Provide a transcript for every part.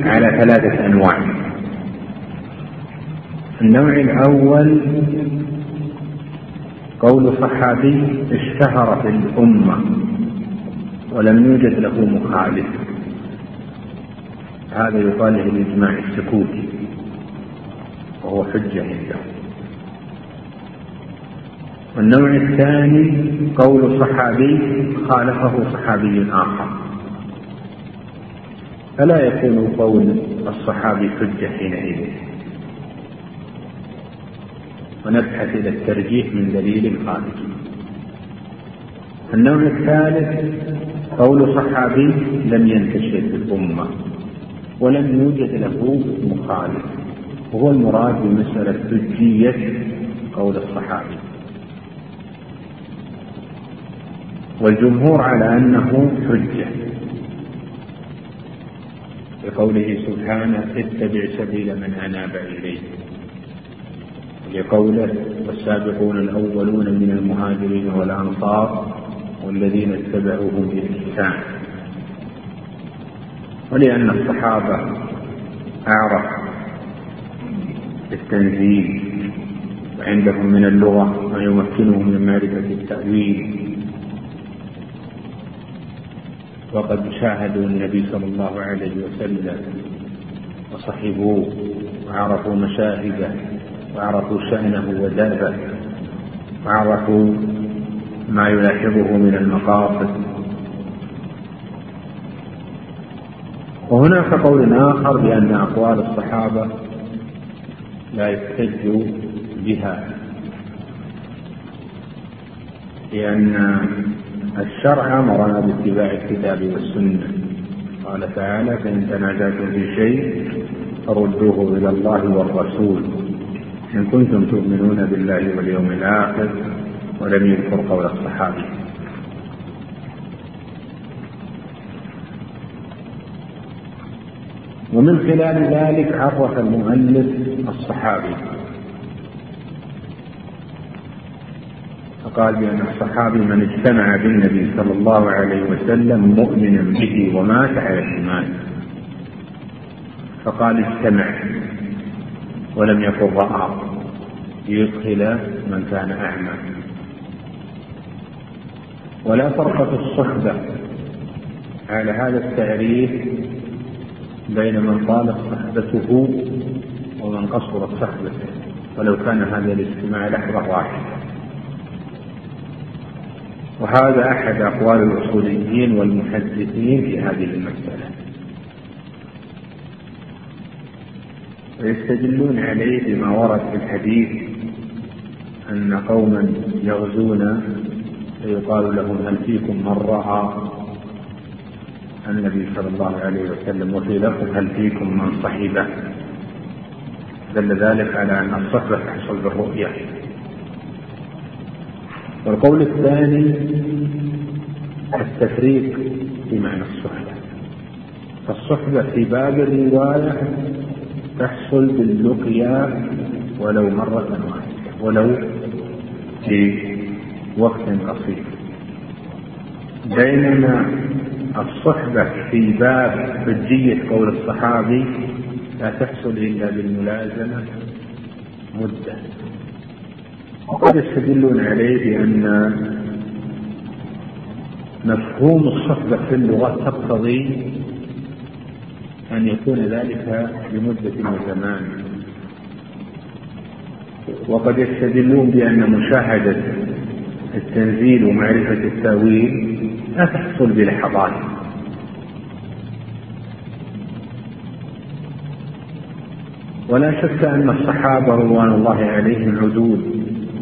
على 3 أنواع. النوع الأول قول صحابي اشتهر في الأمة ولم يوجد له مخالف، هذا يقال له الإجماع السكوتي وهو حجة عنده. والنوع الثاني قول صحابي خالفه صحابي آخر، فلا يكون قول الصحابي حجة حينئذ، ونبحث إلى الترجيح من دليل خارجي. النوع الثالث قول صحابي لم ينتشر في الأمة ولم يوجد له مخالف، وهو المراد بمسألة حجية قول الصحابي. والجمهور على أنه حجة لقوله سبحانه اتبع سبيل من أناب إليه، لقوله والسابقون الأولون من المهاجرين والأنصار والذين اتبعوهم بإحسان، ولأن الصحابة أعرف التنزيل وعندهم من اللغة ما يمكنهم من معرفة التأويل، وقد شاهدوا النبي صلى الله عليه وسلم وصحبوه وعرفوا مشاهده وعرفوا شأنه ودابه وعرفوا ما يلاحظه من المقاصد. وهناك قول آخر بأن أقوال الصحابة لا يحتج بها، لأن الشرع أمرنا باتباع الكتاب والسنة، قال تعالى فإن تنازعتم في شيء فردوه إلى الله والرسول إن كنتم تؤمنون بالله واليوم الآخر، ولم يذكر قول الصحابي. ومن خلال ذلك عرف المؤلف الصحابي فقال بأن الصحابي من اجتمع بالنبي صلى الله عليه وسلم مؤمنا به ومات على الإيمان، فقال اجتمع ولم يكن رأى ليدخل من كان أعمى. ولا فرق في الصحبة على هذا التعريف بين من طالت صحبته ومن قصرت صحبته، ولو كان هذا الاجتماع لحظة واحدة. وهذا أحد أقوال الأصوليين والمحدثين في هذه المسألة، ويستدلون عليه بما ورد في الحديث أن قوما يغزون فيقال لهم هل فيكم من رأى النبي صلى الله عليه وسلم، وفي لفظ هل فيكم من صحبه، دل ذلك على أن الصحبة تحصل بالرؤية. والقول الثاني التفريق في معنى الصحبة، فالصحبة في باب الرواية تحصل باللقيا ولو مرة واحدة ولو في وقت قصير، بينما الصحبة في باب حجية قول الصحابي لا تحصل إلا بالملازمة مدة. وقد يستدلون عليه بأن مفهوم الصحبة في اللغة تقتضي أن يكون ذلك لمدة وزمان، وقد يستدلون بأن مشاهدة التنزيل ومعرفة التأويل لا تحصل بلحظات، ولا شك أن الصحابة رضوان الله عليهم عدول،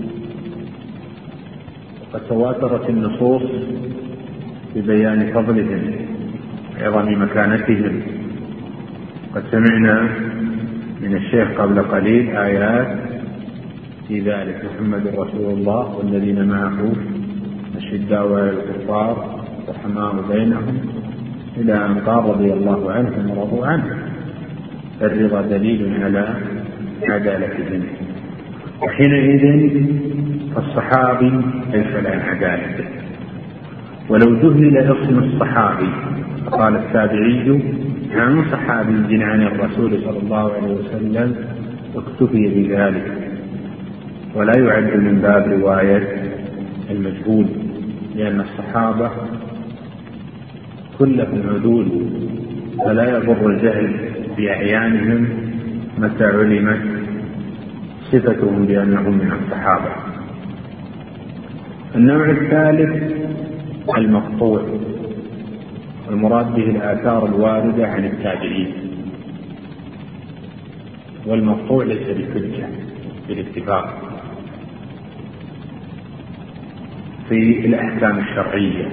وقد تواترت النصوص ببيان فضلهم وعظم مكانتهم. قد سمعنا من الشيخ قبل قليل آيات في ذلك محمد رسول الله والذين معه أشداء على الكفار رحماء بينهم إلى أن قال رضي الله عنهم ورضوا عنه، الرضا دليل على عدالتهم. وحينئذ فالصحابي ليس له عدالة. ولو جهل اسم الصحابي فقال التابعي عن صحابي عن الرسول صلى الله عليه وسلم اكتفي بذلك، ولا يعد من باب رواية المجهول، لأن الصحابة كلهم عدول، فلا يضر الجهل بأعيانهم متى علمت صفتهم بأنهم من الصحابة. النوع الثالث المقطوع، المراد به الآثار الواردة عن التابعين، والمقطوع ليس بحجة بالاتفاق في الأحكام الشرعية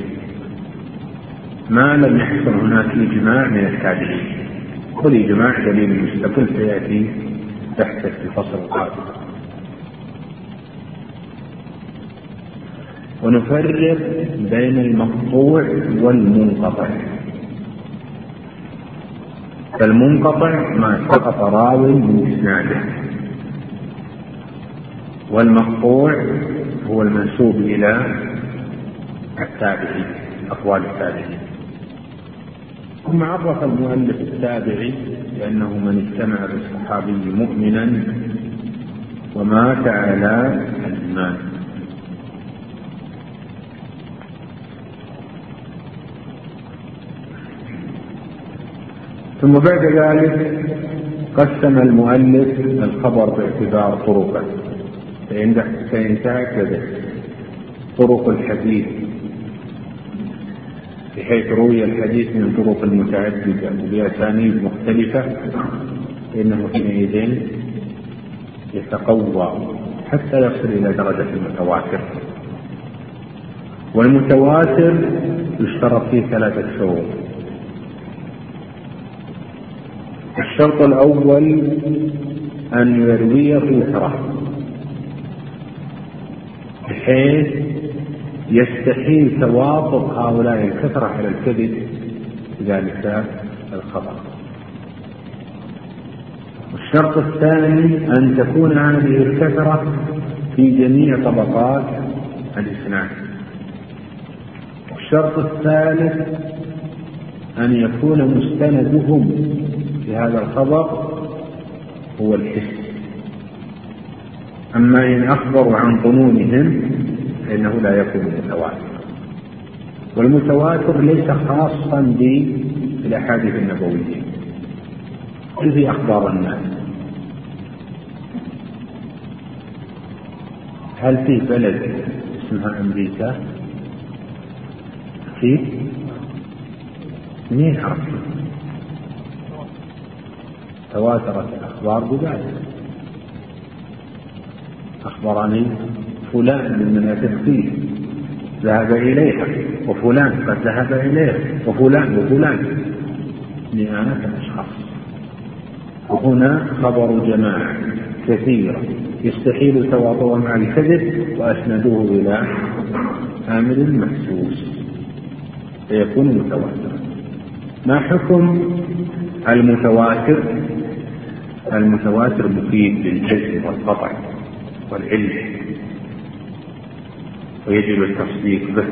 ما لم يحصل هناك إجماع من التابعين، والإجماع دليل مستقل سيأتي تحته في الفصل القادم. ونفرق بين المقطوع والمنقطع. فالمنقطع ما سقط راو من إسناده، والمقطوع هو المنسوب إلى التابعي، أقوال التابعين. ثم عرف المؤلف التابعي لأنه من اجتمع بالصحابي مؤمنا ومات على الإيمان. ثم بعد ذلك قسم المؤلف الخبر باعتبار طرقه، فينتهى كذا: طرق الحديث، بحيث روي الحديث من طرق متعددة وبأسانيد مختلفة، فإنه حينئذ يتقوى حتى يصل إلى درجة المتواتر. والمتواتر يشترط فيه 3 شروط. الشرط الأول أن يروي كثرة، بحيث يستحيل توافق هؤلاء الكثرة على الكذب في ذلك الخبر. الشرط الثاني أن تكون هذه الكثرة في جميع طبقات الإسناد. الشرط الثالث أن يكون مستندهم في هذا الخبر هو الحس، أما إن أخبروا عن ظنونهم فإنه لا يكون متواتر. والمتواتر ليس خاصا بالأحاديث النبوية، بل في أخبار الناس. هل في بلد اسمها أمريكا؟ في مين عرف تواترت الأخبار بذلك؟ أخبرني فلان من التكفير ذهب إليها، وفلان قد ذهب إليها، وفلان 100 أشخاص. وهنا خبر جماعة كثيرة يستحيل تواترهم عن الكذب، وأسندوه إلى عامل محسوس فيكون متواترا. ما حكم المتواتر؟ المتواتر مفيد للجزم والقطع والعلم، ويجب التصديق به.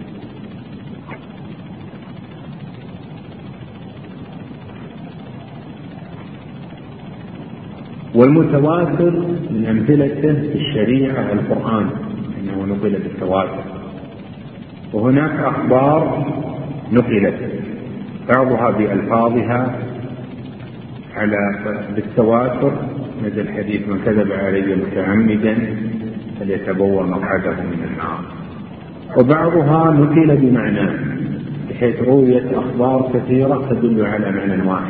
والمتواتر من أمثلته في الشريعة والقرآن، إنه نقل بالتواتر. وهناك أخبار نقلت بعضها بألفاظها على بالتواتر، مثل حديث من كذب علي متعمدا فليتبوأ مقعده من النار، وبعضها نقل بمعناه، بحيث رويت أخبار كثيرة تدل على معنى واحد،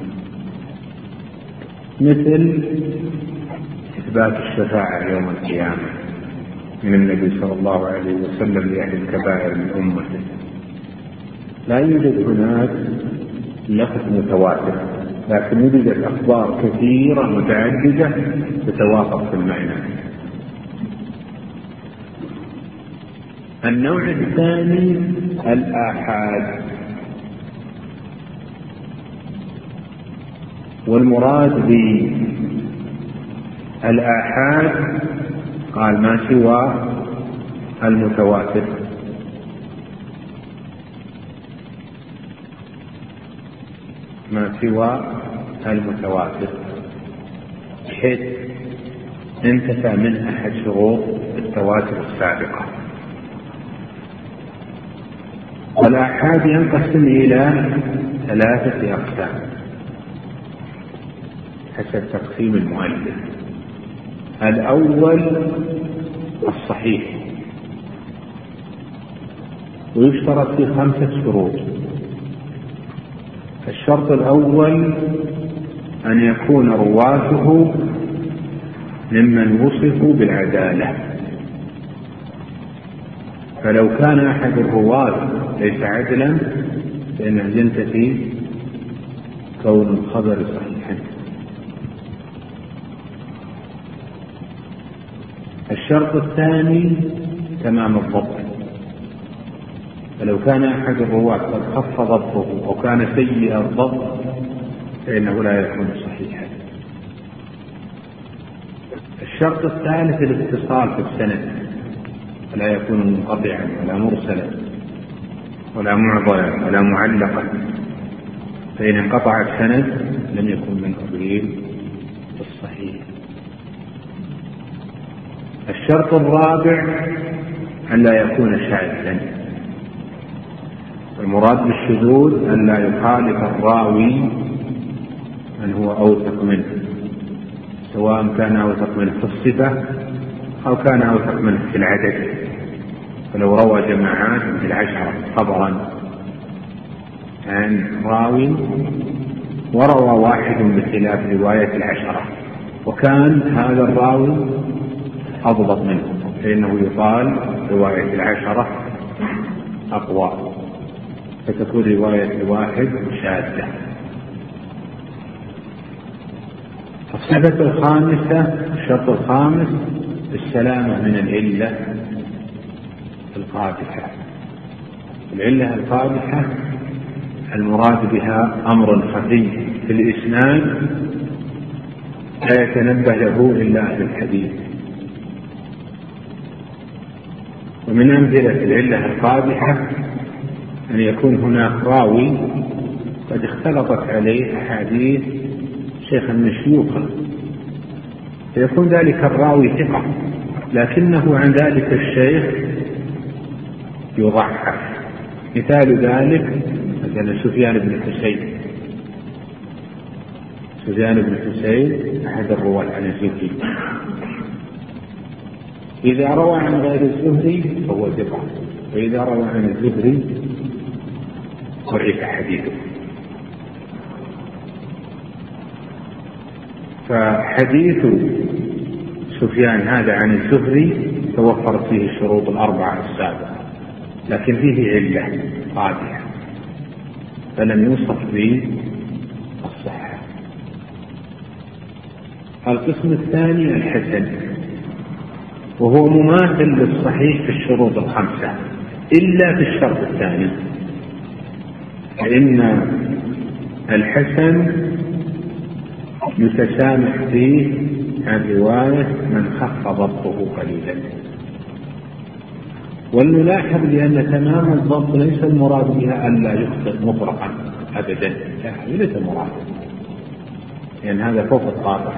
مثل إثبات الشفاعة يوم القيامة من النبي صلى الله عليه وسلم لأهل الكبائر من أمته. لا يوجد هناك لفظ متواتر، لكن وجدت أخبار كثيرة متعددة تتوافق في المعنى. النوع الثاني الآحاد، والمراد بالآحاد قال ما سوى المتواتر، ما سوى المتواتر بحيث انتفى من أحد شروط التواتر السابقة. والآحاد ينقسم إلى 3 أقسام حسب تقسيم المؤلف. الأول الصحيح، ويشترط فيه 5 شروط. الشرط الأول أن يكون رواته ممن وصفوا بالعدالة، فلو كان أحد الرواة ليس عدلا فإنه ينتفي كون الخبر صحيحا. الشرط الثاني تمام الضبط، فلو كان أحد الرواة قد خف ضبطه أو كان سيء الضبط فإنه لا يكون صحيحا. الشرط الثالث الاتصال في السند، فلا يكون منقطعا ولا مرسلا ولا معضلا ولا معلقا، فإن انقطع السند لم يكن من قبيل الصحيح. الشرط الرابع أن لا يكون شاذا، المراد بالشذوذ أن لا يخالف الراوي من هو أوثق منه، سواء كان أوثق منه في الصفة أو كان أوثق منه في العدد. فلو روى جماعات من 10 خبرا عن راوي وروى واحد بخلاف رواية 10 وكان هذا الراوي أضبط منه، فإنه يقال رواية 10 أقوى، فتكون رواية الواحد شاذة. الصفة الخامسة، الشرط الخامس السلامة من العلة القادحة. العلة القادحة المراد بها أمر خفي في الإسناد لا يتنبه له إلا أهل الحديث. ومن أمثلة العلة القادحة أن يكون هناك راوي قد اختلطت عليه أحاديث شيخا من شيوخه، فيكون ذلك الراوي ثقة لكنه عن ذلك الشيخ يضعف. مثال ذلك مثلا سفيان بن حسين أحد الرواة عن الزهري، إذا روى عن غير الزهري فهو ثقة، وإذا روى عن الزهري ضعف حديثه. فحديث سفيان هذا عن الزهري توفرت فيه الشروط 4 السابقة، لكن فيه علة قادحة فلم يوصف بالصحة. القسم الثاني الحسن، وهو مماثل للصحيح في الشروط 5 إلا في الشرط الثاني، فإن الحسن يتسامح فيه عن رواية من خف ضبطه قليلا. ولنلاحظ بأن تمام الضبط ليس المراد بها أن لا يخطئ مطلقا أبدا، ليس المراد، لأن هذا فوق الطابع،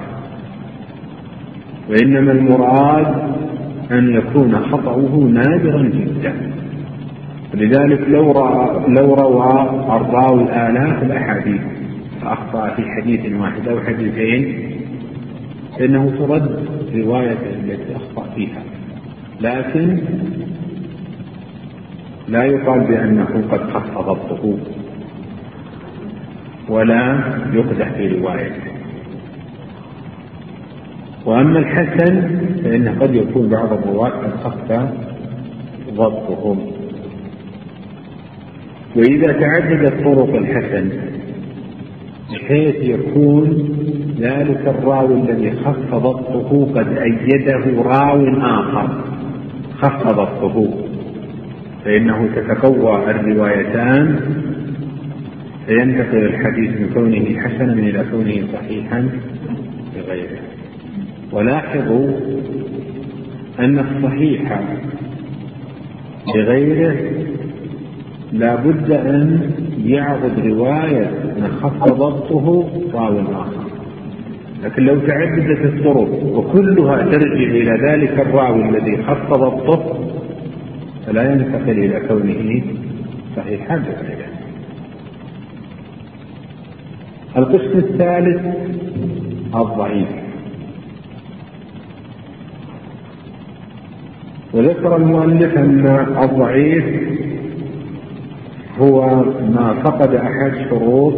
وإنما المراد أن يكون خطأه نادرا جدا. لذلك لو روى الراوي آلاف الأحاديث فأخطأ في حديث واحد أو حديثين فإنه ترد روايته التي أخطأ فيها، لكن لا يقال بأنه قد خف ضبطه ولا يقدح في روايته. وأما الحسن فإنه قد يكون بعض الرواة قد خف ضبطهم. وإذا تعددت طرق الحسن بحيث يكون ذلك الراوي الذي خف ضبطه قد أيده راو آخر خف ضبطه، فإنه تتقوى الروايتان فينتقل الحديث من كونه حسنا إلى كونه صحيحا بغيره. ولاحظوا أن الصحيح بغيره لا بد أن يعضد رواية من خف ضبطه راو آخر. لكن لو تعددت الطرق وكلها ترجع إلى ذلك الراوي الذي خف ضبطه فلا ينتقل إلى كونه صحيحا بغيره. القسم الثالث الضعيف. وذكر المؤلف أن الضعيف هو ما فقد أحد شروط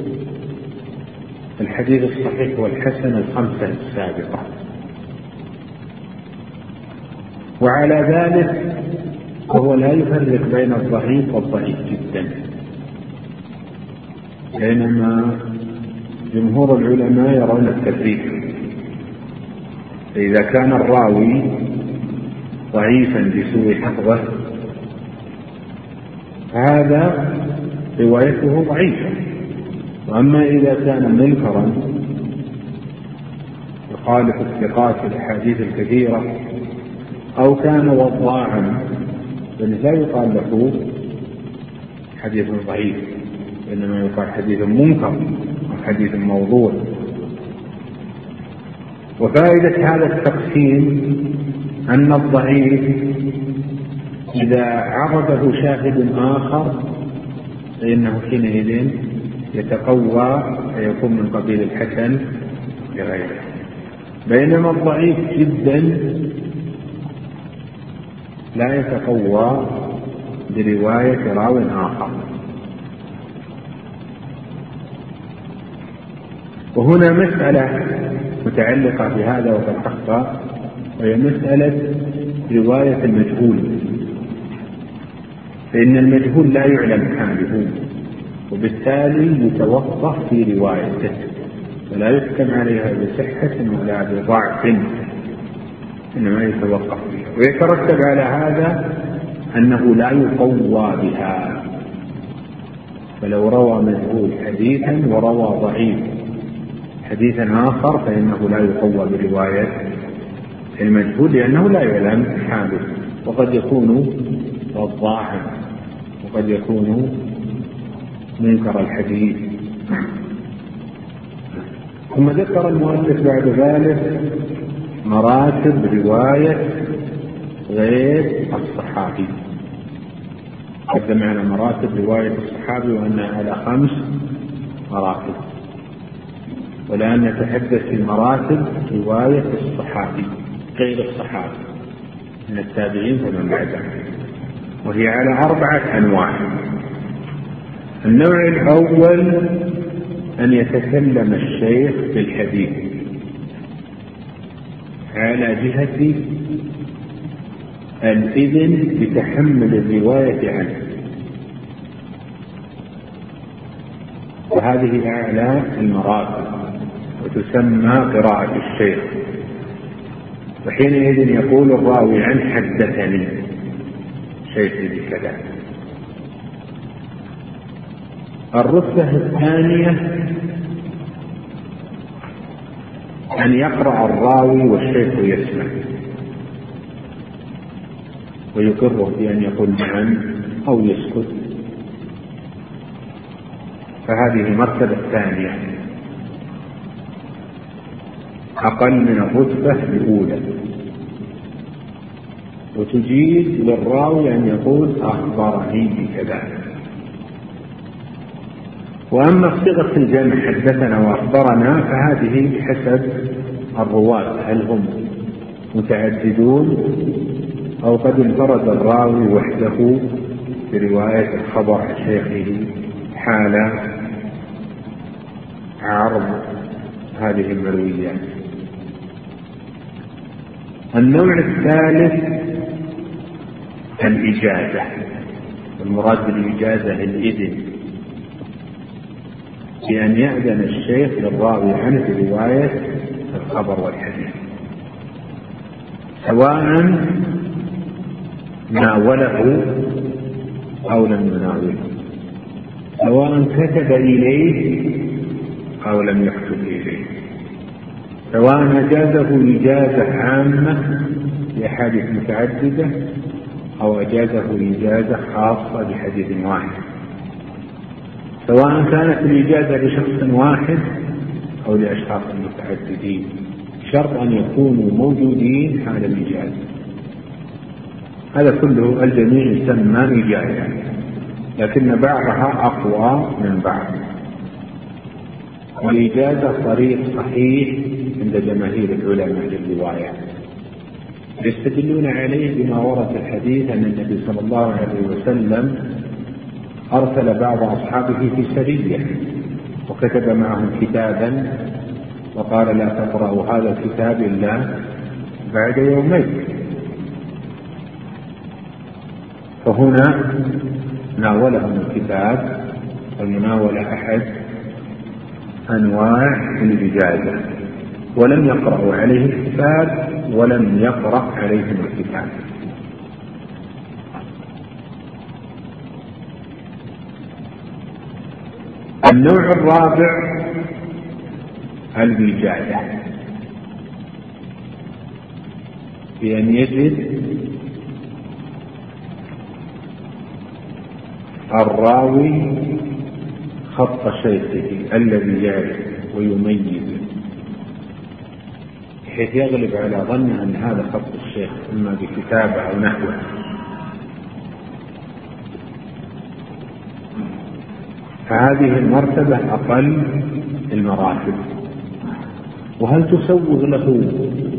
الحديث الصحيح والحسن الخمسة السابقة. وعلى ذلك فهو لا يفرق بين الضعيف والضعيف جدا، بينما جمهور العلماء يرون التفريق. فإذا كان الراوي ضعيفا بسوء حفظه هذا روايته ضعيفة. وأما إذا كان منكرا يخالف الثقات في الأحاديث الكثيرة أو كان وضاعا فلا يقال له حديث ضعيف، إنما يقال حديث منكر أو حديث موضوع. وفائدة هذا التقسيم أن الضعيف إذا عرضه شاهد آخر فإنه حينئذ يتقوى فيكون من قبيل الحسن لغيره، بينما الضعيف جدا لا يتقوى برواية راو آخر. وهنا مسألة متعلقة بهذا وقد أخطأ، وهي مسألة رواية المجهول. فإن المجهول لا يعلم حاله، وبالتالي يتوقف في روايته ولا يحكم عليها بصحة ولا بضعف، إنما يتوقف فيها. ويترتب على هذا أنه لا يقوى بها. فلو روى مجهول حديثا وروى ضعيف حديثا آخر فإنه لا يقوى برواية المجهول، لأنه لا يعلم حاله، وقد يكون وضاعا وقد يكون منكر الحديث. ثم ذكر المؤلف بعد ذلك مراتب رواية غير الصحابي. قدم على مراتب رواية الصحابي وأنها على 5 مراتب، والآن نتحدث في مراتب رواية الصحابي غير الصحابي من التابعين فمن بعدهم، وهي على 4 أنواع. النوع الأول أن يتكلم الشيخ بالحديث على جهة الإذن بتحمل الرواية عنه، وهذه أعلى المراتب وتسمى قراءة الشيخ. وحينئذ يقول الراوي عن حدثني شيخي بكذا. الرتبة الثانية أن يقرأ الراوي والشيخ يسمع ويقره بأن يقول نعم أو يسكت، فهذه المرتبة الثانية أقل من الرتبة الأولى، وتجيز للراوي أن يقول أخبرني بكذا. وأما صيغة الجمع حدثنا وأخبرنا فهذه بحسب الرواة، هل هم متعددون أو قد انفرد الراوي وحده برواية الخبر عن شيخه حال عرض هذه المرويات. النوع الثالث الإجازة، والمراد بالإجازة الإذن، بأن يأذن الشيخ للراوي عنه برواية الخبر والحديث، سواء ناوله أو لم يناوله، سواء كتب إليه أو لم يكتب إليه، سواء أجازه إجازة عامة لأحاديث متعددة أو أجازه إجازة خاصة بحديث واحد. سواء كانت الإجازة لشخص واحد أو لأشخاص متعددين، شرط أن يكونوا موجودين حال الإجازة. هذا كله الجميع يسمى إجازة، لكن بعضها أقوى من بعض. والإجازة طريق صحيح عند جماهير العلماء للرواية، يستدلون عليه بما ورد في الحديث أن النبي صلى الله عليه وسلم أرسل بعض أصحابه في سرية وكتب معهم كتابا وقال لا تقرأوا هذا الكتاب إلا بعد يومين. فهنا ناولهم الكتاب، والمناولة أحد أنواع الإجازة، ولم يقرأوا عليه الكتاب ولم يقرأ عليهم الكتاب. النوع الرابع الإجازة، بأن يجد الراوي خط شيخه الذي يعرف ويميز، بحيث يغلب على ظنه أن هذا خط الشيخ إما بكتابة أو نحوه. فهذه المرتبة أقل المراتب. وهل تسوغ له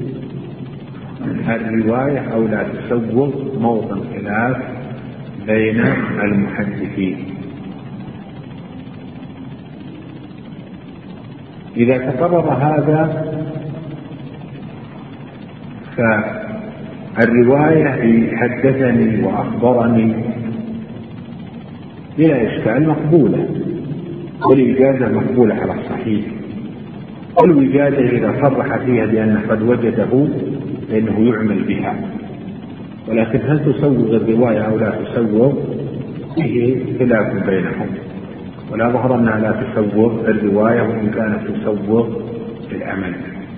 الرواية أو لا تسوغ؟ موطن خلاف بين المحدثين. إذا تقرر هذا فالرواية حدثني وأخبرني بلا إشكال مقبولة، والإجازة مقبولة على الصحيح. والإجازة إذا صرح فيها بأنه قد وجده فإنه يعمل بها. ولكن هل تسوغ الرواية أو لا تسوغ؟ فيه خلاف بينهم، ولا ظهر أنها لا تسوغ الرواية وإن كانت تسوغ العمل.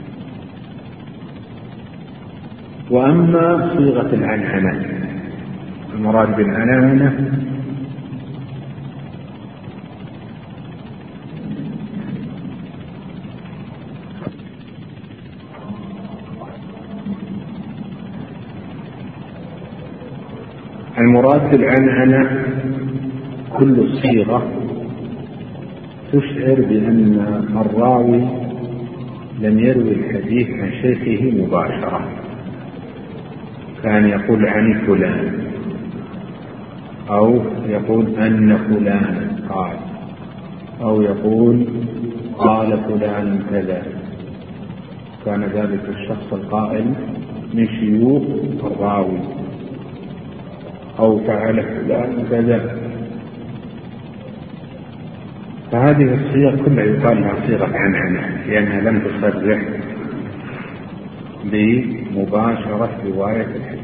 وأما صيغة العنعنة، المراد بالعنعنة المراد بالعنعنة كل صيغة تشعر بأن الراوي لم يروي الحديث عن شيخه مباشرة، كان يقول عن فلان أو يقول أن فلان قال أو يقول قال فلان كذا، كان ذلك الشخص القائل من شيوخ الراوي، أو فعل فلان كذا. فهذه الصيغ كلها يقال لها صيغة عنعنة، لأنها لم تصرح بمباشرة رواية الحديث.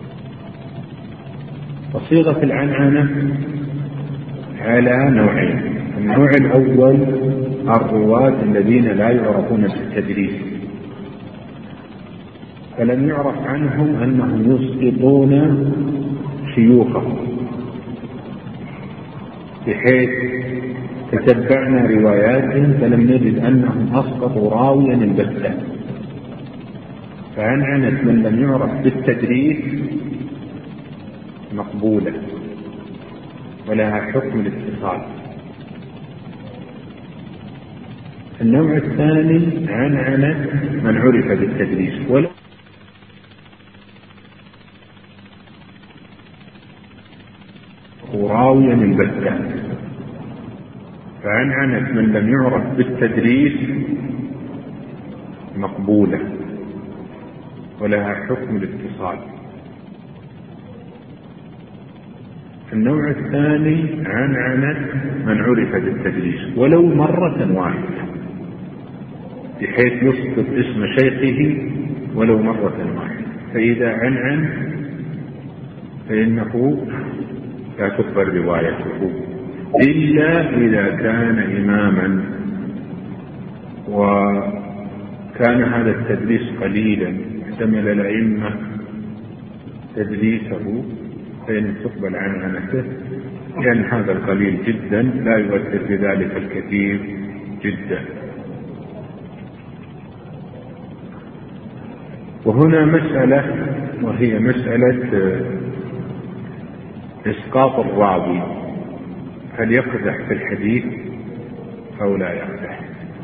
وصيغة العنعنة على نوعين: النوع الأول الرواة الذين لا يعرفون بالتدريس، فلم يعرف عنهم أنهم يسقطون شيوخهم، بحيث تتبعنا رواياتهم فلم نجد أنهم أسقطوا راويا البتة. فعنعنة من لم يعرف بالتدريس مقبولة ولها حكم الاتصال. النوع الثاني عنعنة من عرف بالتدريس ولو راويا البتة. فعنعنة من لم يعرف بالتدريس مقبولة ولها حكم الاتصال. النوع الثاني عنعنة من عرف بالتدريس ولو مرة واحدة، بحيث يسقط اسم شيخه ولو مرة واحدة. فإذا عنعن فإنه لا تقبل روايته إلا إذا كان إماما وكان هذا التدريس قليلا احتمل الأئمة تدريسه، فإن تقبل عنعنته لأن هذا القليل جدا لا يؤثر بذلك الكثير جدا. وهنا مسألة، وهي مسألة إسقاط الراوي، هل يقدح في الحديث أو لا يقدح؟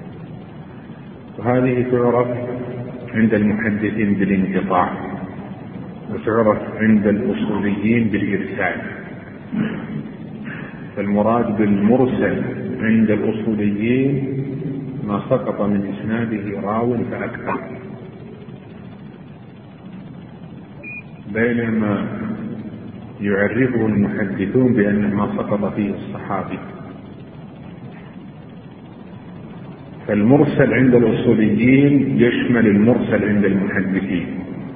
وهذه تعرف عند المحدثين بالانقطاع، وتعرف عند الأصوليين بالإرسال. فالمراد بالمرسل عند الأصوليين ما سقط من إسناده راو فأكثر، بينما يعرفه المحدثون بأن ما سقط فيه الصحابي. فالمرسل عند الأصوليين يشمل المرسل عند المحدثين،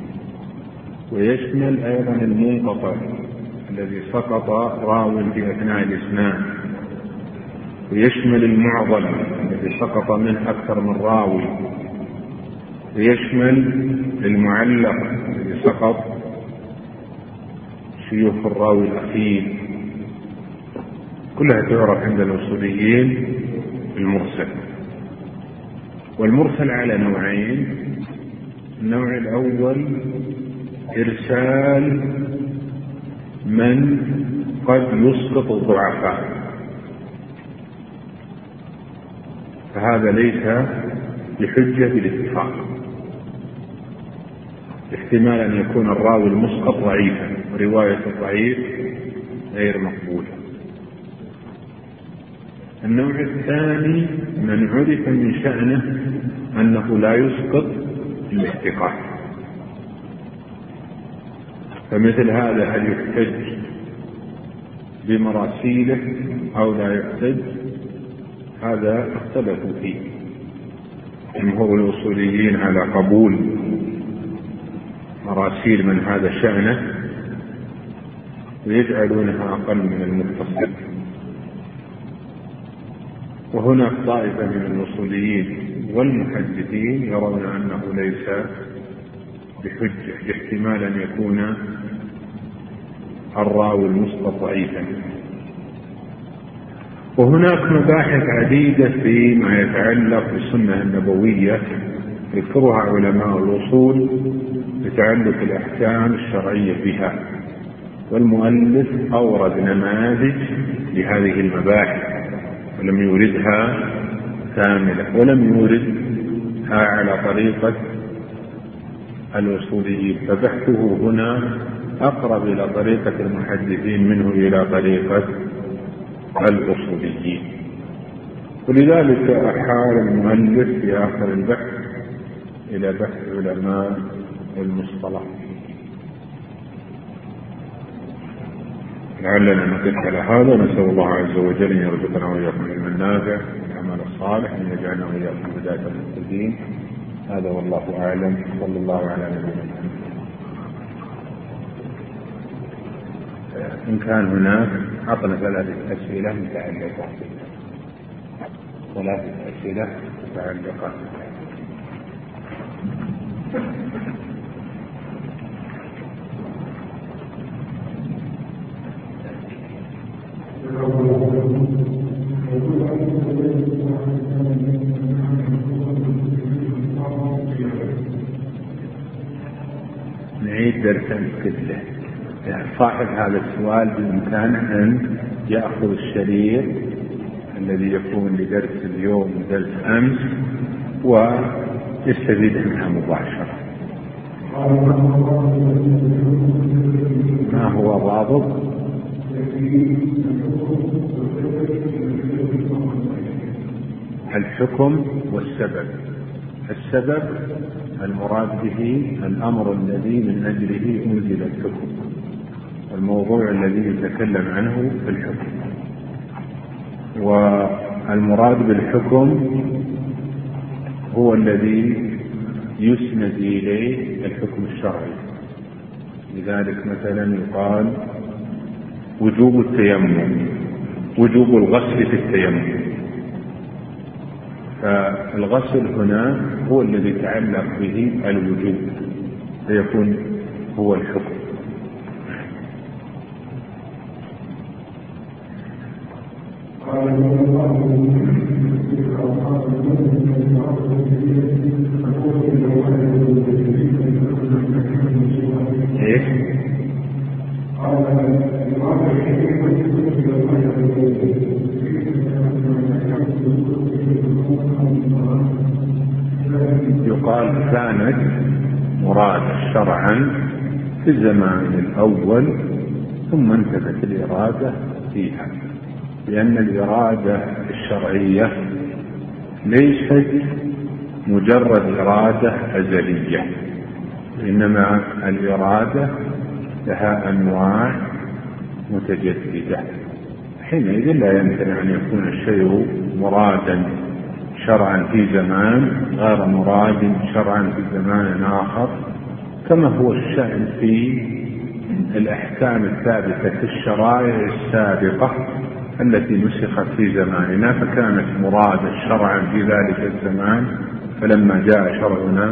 ويشمل أيضا المنقطع الذي سقط راو في أثناء الإسناد، ويشمل المعضل الذي سقط منه أكثر من راوي، ويشمل المعلق الذي سقط شيوخ الراوي الأخير. كلها تعرف عند الأصوليين المرسل. والمرسل على نوعين: النوع الأول إرسال من قد يسقط الضعفاء، فهذا ليس بحجة بالاتفاق، احتمال أن يكون الراوي المسقط ضعيفا ورواية الضعيف غير مقبولة. النوع الثاني من عرف من شأنه أنه لا يسقط الثقات، فمثل هذا هل يحتج بمراسيله أو لا يحتج؟ هذا اختلفوا فيه. جمهور الأصوليين على قبول مراسيل من هذا شأنه، ويجعلونها أقل من المتصل. وهناك طائفة من الأصوليين والمحدثين يرون أنه ليس بحجة، باحتمال أن يكون الراوي المسقط ضعيفا. وهناك مباحث عديدة فيما يتعلق بالسنة النبوية يذكرها علماء الأصول بتعلق الأحكام الشرعية بها، والمؤلف أورد نماذج لهذه المباحث ولم يوردها كاملة، ولم يوردها على طريقة الأصوليين، فبحثه هنا أقرب إلى طريقة المحدثين منه إلى طريقة الأصوليين. ولذلك أحال المؤلف في آخر البحث إلى بحث علماء المصطلح. لعلنا نقف على هذا، نسأل الله عز وجل أن يرزقنا وإياكم العلم النافع والعمل الصالح، أن يجعلنا وإياكم هداة المهتدين. هذا والله أعلم، صلى الله على نبينا محمد. إن كان هناك عطنا 3 أسئلة متعلقة، 3 أسئلة متعلقة. نعيد درسا كله. صاحب هذا السؤال بإمكانه أن يأخذ الشريط الذي يكون لدرس اليوم ودرس أمس ويستفيد منها مباشرة. ما هو الرابط؟ الحكم والسبب. السبب المراد به الأمر الذي من أجله أنزل الحكم، والموضوع الذي يتكلم عنه في الحكم. والمراد بالحكم هو الذي يسند إليه الحكم الشرعي. لذلك مثلا يقال وجوب التيمم، وجوب الغسل في التيمم، فالغسل هنا هو الذي يتعلق به الوجوب، فيكون هو الحكم. يقال كانت مراد شرعا في الزمان الأول ثم انتهت الإرادة فيها، لأن الإرادة الشرعية ليست مجرد إرادة أزلية، إنما الإرادة لها أنواع متجددة. حينئذ لا يمكن أن يكون الشيء مرادا شرعا في زمان غير مراد شرعا في زمان آخر، كما هو الشأن في الأحكام الثابتة في الشرائع السابقة التي نسخت في زماننا فكانت مرادة شرعا في ذلك الزمان، فلما جاء شرعنا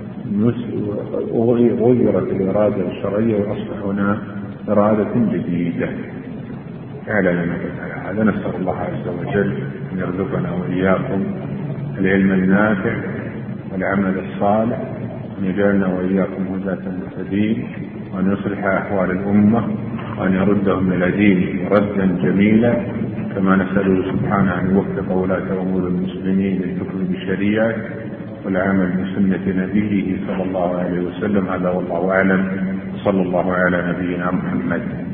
غيرت الإرادة الشرعية وأصبح هنا إرادة جديدة. أعلن هذا. نسأل الله عز وجل أن يرزقنا وإياكم العلم النافع والعمل الصالح، وأن يجعلنا وإياكم هداة مهتدين، وأن يصلح أحوال الأمة، وأن يردهم إلى دينه ردا جميلا، كما نسأله سبحانه أن يوفق ولاة أمور المسلمين للحكم بشريعة والعمل بسنة نبيه صلى الله عليه وسلم. هذا والله أعلم. صلى الله على نبينا محمد.